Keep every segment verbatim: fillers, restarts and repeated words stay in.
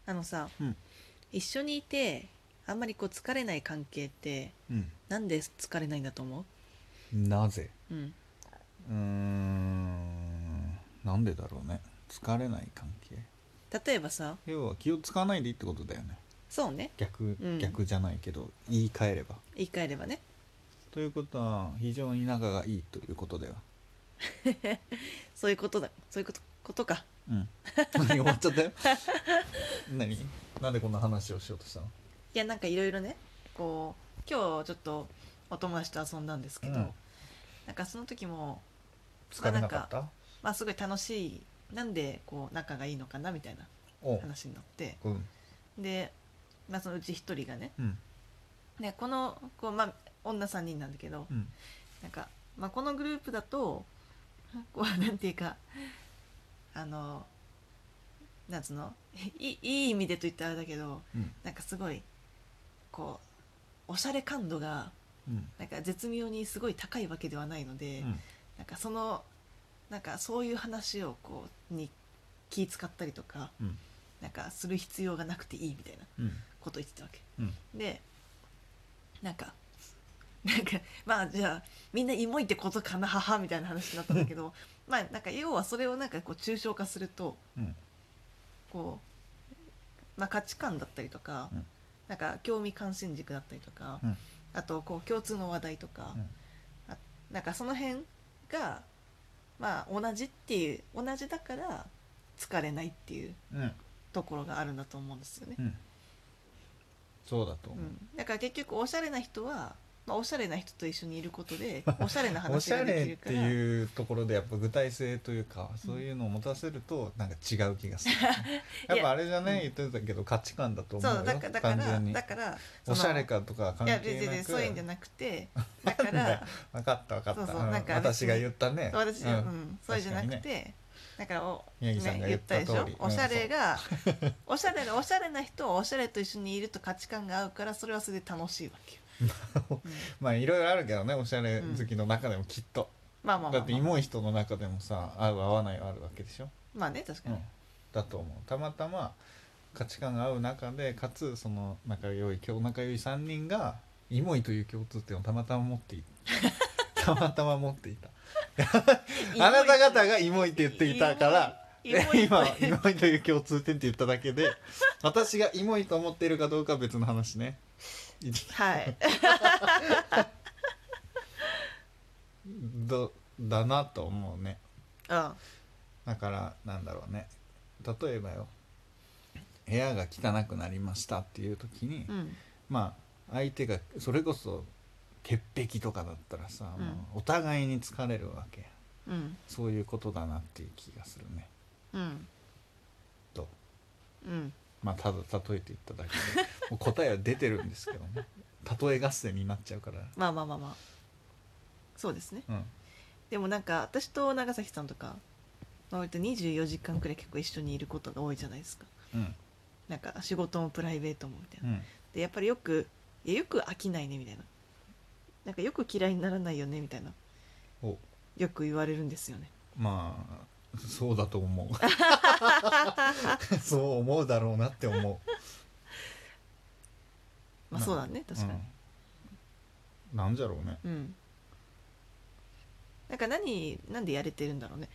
あのさ、 うん、 一緒にいてあんまりこう疲れない関係ってうん、 なんで疲れないんだと思なぜう？うんうーんなんでだろうね。疲れない関係、 例えばさ、 要は気を使わないでいいってことだよね。 そうね、 逆うん、 逆じゃないけど言い換えれば、 言い換えればね、 ということは非常に仲がいいということだよ。 そういうことだ、そういうことことか。 うん何終わっちゃったよ何なんでこんな話をしようとしたの？ いや、なんかいろいろね、こう今日ちょっとお友達と遊んだんですけど、 うん、 なんかその時もまあ疲なんかれなかった？ まあすごい楽しい、なんでこう仲がいいのかなみたいなおう、 話になって、 うんで、まあ、そのうち一人がね、 うんねこのこう、まあ、女さんにんなんだけど、 うんなんか、まあ、このグループだとこうなんていうか、あのなんつうの、いいいい意味でと言ったらあれだけど、 うんなんかすごいこうおしゃれ感度がうんなんか絶妙にすごい高いわけではないので、 うんなんかそのなんかそういう話をこうに気使ったりとか、 うんなんかする必要がなくていいみたいなうんことを言ってたわけうんで、なんかなんかまあじゃあみんなイモいってことかな母みたいな話になったんだけどまあなんか要はそれをなんかこう抽象化すると、 うんこう、まあ、価値観だったりとか、 うんなんか興味関心軸だったりとか、 うんあとこう共通の話題とか、あなんかその辺がまあ同じっていう、同じだから疲れないっていううんうんところがあるんだと思うんですよね。 うんそうだと思う。 うん、だから結局おしゃれな人は、まあ、おしゃれな人と一緒にいることでおしゃれなお話がでしゃれっきるからていうところでやっぱ具体性というか、そういうのを持たせるとなんか違う気がする、ね、やっぱあれじゃね、 うん、 言ってたけど価値観だと思うよ。 そうだからだから完全にだからそのおしゃれかとか関いや係なく、 別にそういうんじゃなくて、だから分かった分かった、 そうそう、なんか私が言ったね。 そう私、 ううんん、そうじゃなくて、 ね、 だからお、 宮城さんが言った通り、 ね、言ったでしょ、おしゃれが、 うん、 おしゃれなおしゃれな人はおしゃれと一緒にいると価値観が合うから、それはそれで楽しいわけよ、うん、 まあいろいろあるけどね、おしゃれ好きの中でもきっと、 まあまあまあ、まあ、 だってイモい人の中でもさ、合う合わないあるわけでしょ。 まあね、確かに、 うん、だと思う。たまたま価値観が合う中で、かつその仲良い今日仲良いさんにんがイモいという共通点をたまたま持っていたたまたま持っていたあなた方がイモいって言っていたからイモい今イモいという共通点って言っただけで、私がイモいと思っているかどうかは別の話ね。 はいどだなと思うね。 うんだからなんだろうね、例えばよ、部屋が汚くなりましたっていう時に、 うん、 まあ相手がそれこそ潔癖とかだったらさ、 うん、 もうお互いに疲れるわけ。 うん、 そういうことだなっていう気がするね。 うんとうんまあただ例えて言っただけでもう答えは出てるんですけどね。例え合戦になっちゃうから。 まあまあまあまあ、そうですね。 うんでもなんか私と長崎さんとか割とにじゅうよじかんくらい結構一緒にいることが多いじゃないですか。 うんなんか仕事もプライベートもみたいな、 うんでやっぱりよくいやよく飽きないねみたいな、なんかよく嫌いにならないよねみたいな、 およく言われるんですよね。 まあそうだと思うそう思うだろうなって思う。 まあそうだね、確かに、 うん、なんじゃろうね。 うん、なんか何なんでやれてるんだろうね。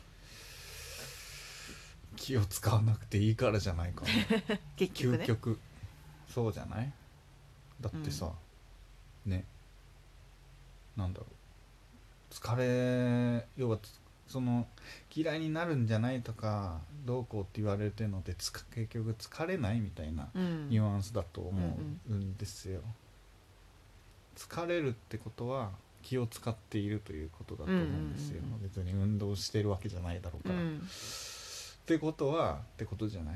気を使わなくていいからじゃないかな結局ね。 究極そうじゃない。だってさ、うん、ね、なんだろう、疲れ、要はその嫌いになるんじゃないとかどうこうって言われてるので、つか結局疲れないみたいなニュアンスだと思うんですよ、うんうん、疲れるってことは気を使っているということだと思うんですよ、うんうんうん、別に運動してるわけじゃないだろうから、うん、ってことはってことじゃない、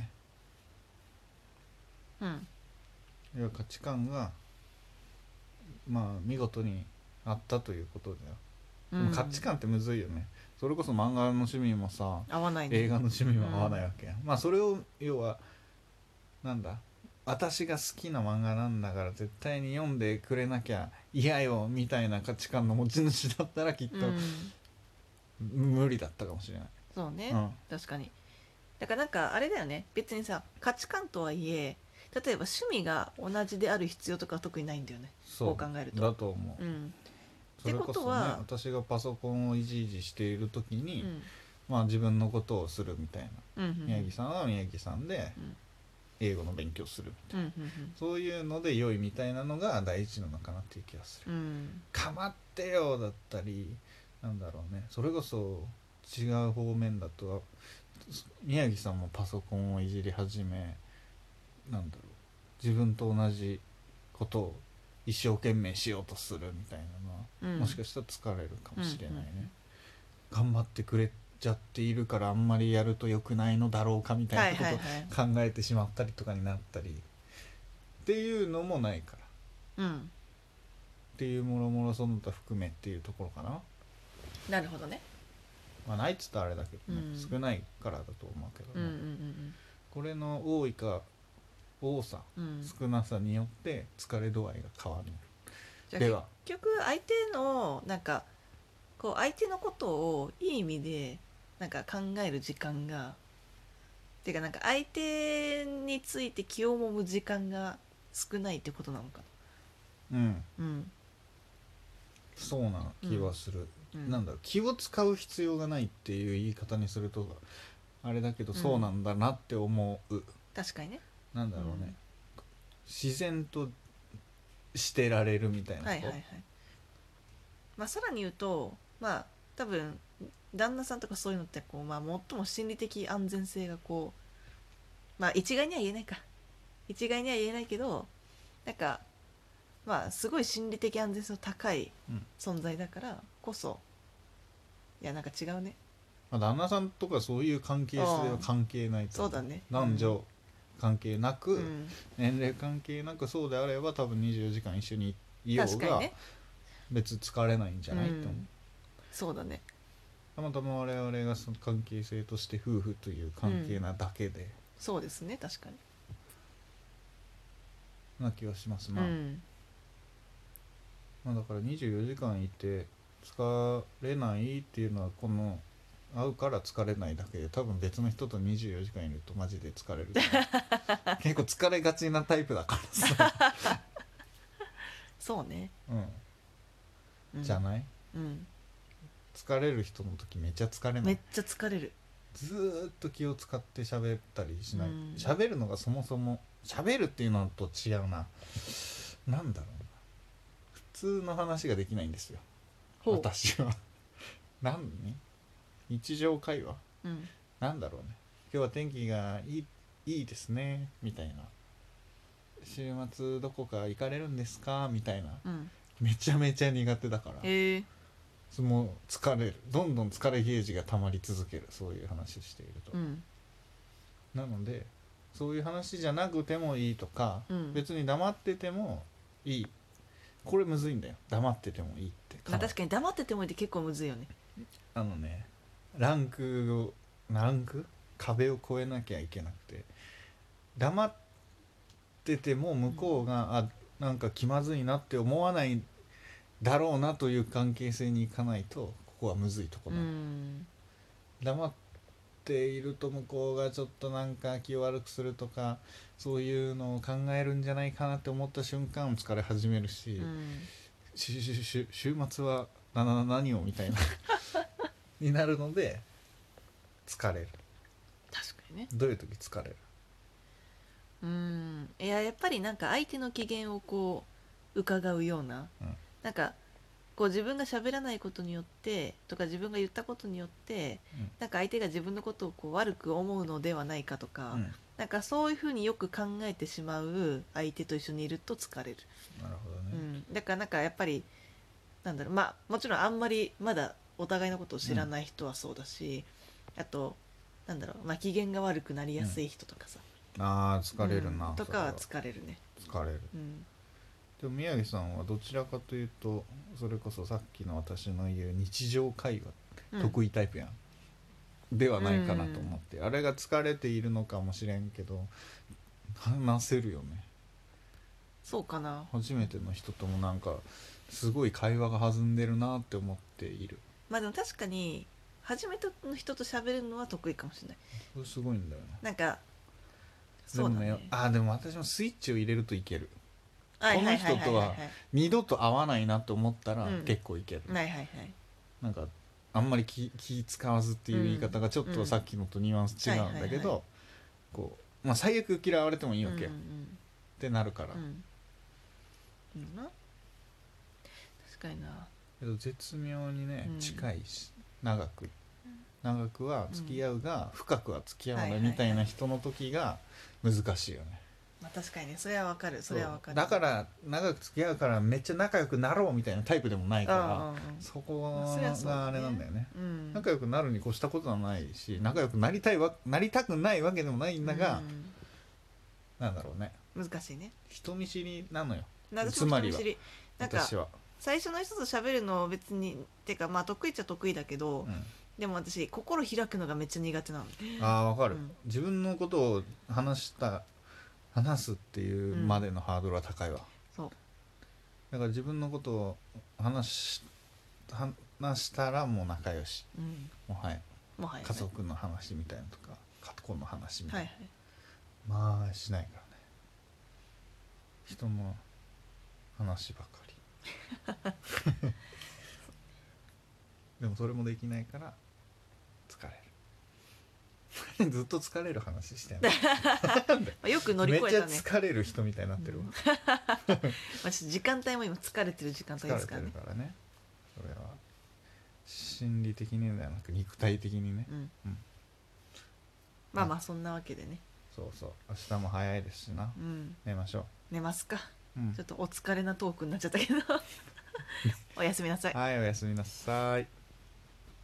うん、 要は価値観がまあ見事にあったということだよ、うん、でも価値観ってむずいよね。それこそ漫画の趣味もさ合わない、ね、 映画の趣味も合わないわけや、うん、まあそれを要はなんだ、私が好きな漫画なんだから絶対に読んでくれなきゃ嫌よみたいな価値観の持ち主だったらきっと、うん、無理だったかもしれない。 そうね、うん、確かに。 だからなんかあれだよね、別にさ価値観とはいえ例えば趣味が同じである必要とかは特にないんだよね。 そうこう考えるとだと思う、 うんそれこってことそねは私がパソコンをいじいじしている時に、 うんまあ自分のことをするみたいな、 うんうん宮城さんは宮城さんでうん英語の勉強するみたいな、 うんうんそういうので良いみたいなのが大事なのかなっていう気がする、 うんうんかまってよだったりなんだろうね、それこそ違う方面だと宮城さんもパソコンをいじり始めなんだろう自分と同じことを一生懸命しようとするみたいなのは、 うんもしかしたら疲れるかもしれないね、 うんうん頑張ってくれちゃっているからあんまりやると良くないのだろうかみたいなはいことをはいはい考えてしまったりとかになったりっていうのもないからうんっていうもろもろその他含めっていうところかな。 なるほどね。 まあないっつったらあれだけどね、 うん少ないからだと思うけどね、 うんうんうんこれの多いか多さうんうん少なさによって疲れ度合いが変わる。 じゃあでは結局相手のなんかこう相手のことをいい意味でなんか考える時間がてかなんか相手について気をもむ時間が少ないってことなのかうんな。うんそうな気はする、 うんなんだろう気を使う必要がないっていう言い方にするとあれだけど、 うんそうなんだなって思う。 確かにね。 なんだろうね、 うん自然としてられるみたいなこと、 はいはいはい。まあさらに言うとまあ多分旦那さんとかそういうのってこう、まあ、最も心理的安全性がこうまあ一概には言えないか一概には言えないけどなんかまあすごい心理的安全性の高いうん存在だからこそいやなんか違うね。 まあ、旦那さんとかそういう関係性は関係ないと思そうだね。 男女関係なく、 うん年齢関係なくそうであれば多分にじゅうよじかん一緒にいようが確かにね。 別に疲れないんじゃない、 うんと思う。 そうだね。 たまたま我々がその関係性として夫婦という関係なだけで、 そうですね確かに。 な気はしますな、 うんまあ、だからにじゅうよじかんいて疲れないっていうのはこの会うから疲れないだけで多分別の人とにじゅうよじかんいるとマジで疲れる結構疲れがちなタイプだからさ、 そうね。 うん、 うんじゃないうん疲れる人の時めっちゃ疲れないめっちゃ疲れる。 ずーっと気を使って喋ったりしないうん喋、るのがそもそも喋るっていうのと違うな、なんだろうな普通の話ができないんですよほう。 私は何日常会話うんなんだろうね今日は天気がいいいいですねみたいな週末どこか行かれるんですかみたいなうんめちゃめちゃ苦手だからへえもう疲れるどんどん疲れゲージが溜まり続けるそういう話をしていると、 うんなのでそういう話じゃなくてもいいとか、 うん別に黙っててもいいこれむずいんだよ黙っててもいいってまあ確かに黙っててもいいって結構むずいよね。 あのねランクをランク壁を越えなきゃいけなくて黙ってても向こうが、あなんか気まずいなって思わないだろうなという関係性にいかないとここはむずいとこうろなの、 ん黙っていると向こうがちょっとなんか気を悪くするとかそういうのを考えるんじゃないかなって思った瞬間疲れ始めるし、 うんししし週末はなな何をみたいなになるので疲れる。 確かにね。 どういう時疲れる？ うんいややっぱりなんか相手の機嫌をこう伺うような、 うんなんかこう自分が喋らないことによってとか自分が言ったことによって、 うんなんか相手が自分のことをこう悪く思うのではないかとか、 うん、 なんかそういうふうによく考えてしまう相手と一緒にいると疲れる、 なるほどうね、 ん、だからなんかやっぱりなんだろうまあもちろんあんまりまだお互いのことを知らない人はそうだし、あとなんだろう、まあ、機嫌が悪くなりやすい人とかさ、 あー疲れるな、 うんとかはそ疲れるね、 れは疲れる。 うんでも宮城さんはどちらかというとそれこそさっきの私の言う日常会うん話得意タイプやん、ではないかなと思って、あれが疲れているのかもしれんけど話せるよね。 そうかな。 初めての人ともなんかすごい会話が弾んでるなって思っている。 まあでも確かに初めての人と喋るのは得意かもしれない。 それすごいんだよな。 なんかでもね、 そうだね。 あでも私もスイッチを入れるといける。 はいこの人とは二度と会わないなと思ったらうん結構いける、 はいはいはい。 なんかあんまり気、気使わずっていう言い方がちょっとさっきのとニュアンス違うんだけはいはいはど、こう、まあ、最悪嫌われてもいいわけよ、 うんうんってなるから、 うんうんいいな。確かにな。 けど絶妙にね、 うん近いし長く長くは付き合うが、深くは付き合わははいはいないいみたいな人の時が難しいよね、 まあ確かにね、それはわかる、それはわかる。 だから長く付き合うからめっちゃ仲良くなろうみたいなタイプでもないから、 うんうんうんそこまあそりゃそうだねがあれなんだよね、 うん仲良くなるに越したことはないし、仲良くなりたいわなりたくないわけでもないんだが、なんだろうね、 うん難しいね。 人見知りなのよ、 私つまりはも人見知りなんか私は、 最初の人と喋るの別にてかまあ得意っちゃ得意だけど、 うん、 でも私心開くのがめっちゃ苦手なの。 ああわかる、 うん自分のことを話した話すっていうまでのハードルは高いわ、 そうだから自分のことを話し話したらもう仲良し、 うんもはやもはやね家族の話みたいなとか過去の話みたいはいはいな、まあしないからね、人の話ばかりでもそれもできないから疲れるずっと疲れる話してんのまあよく乗りめっちゃ越えたね。 疲れる人みたいになってるわ、 まあちょっと時間帯も今疲れてる時間帯疲れてですからね。 るからね、それは心理的にではなく肉体的にね、 うんうんまあまあそんなわけでね、 そうそう明日も早いですしな、 うん、 寝ましょ寝ますか。 う、うんちょっとお疲れなトークになっちゃったけどおやすみなさい。 はいおやすみなさい。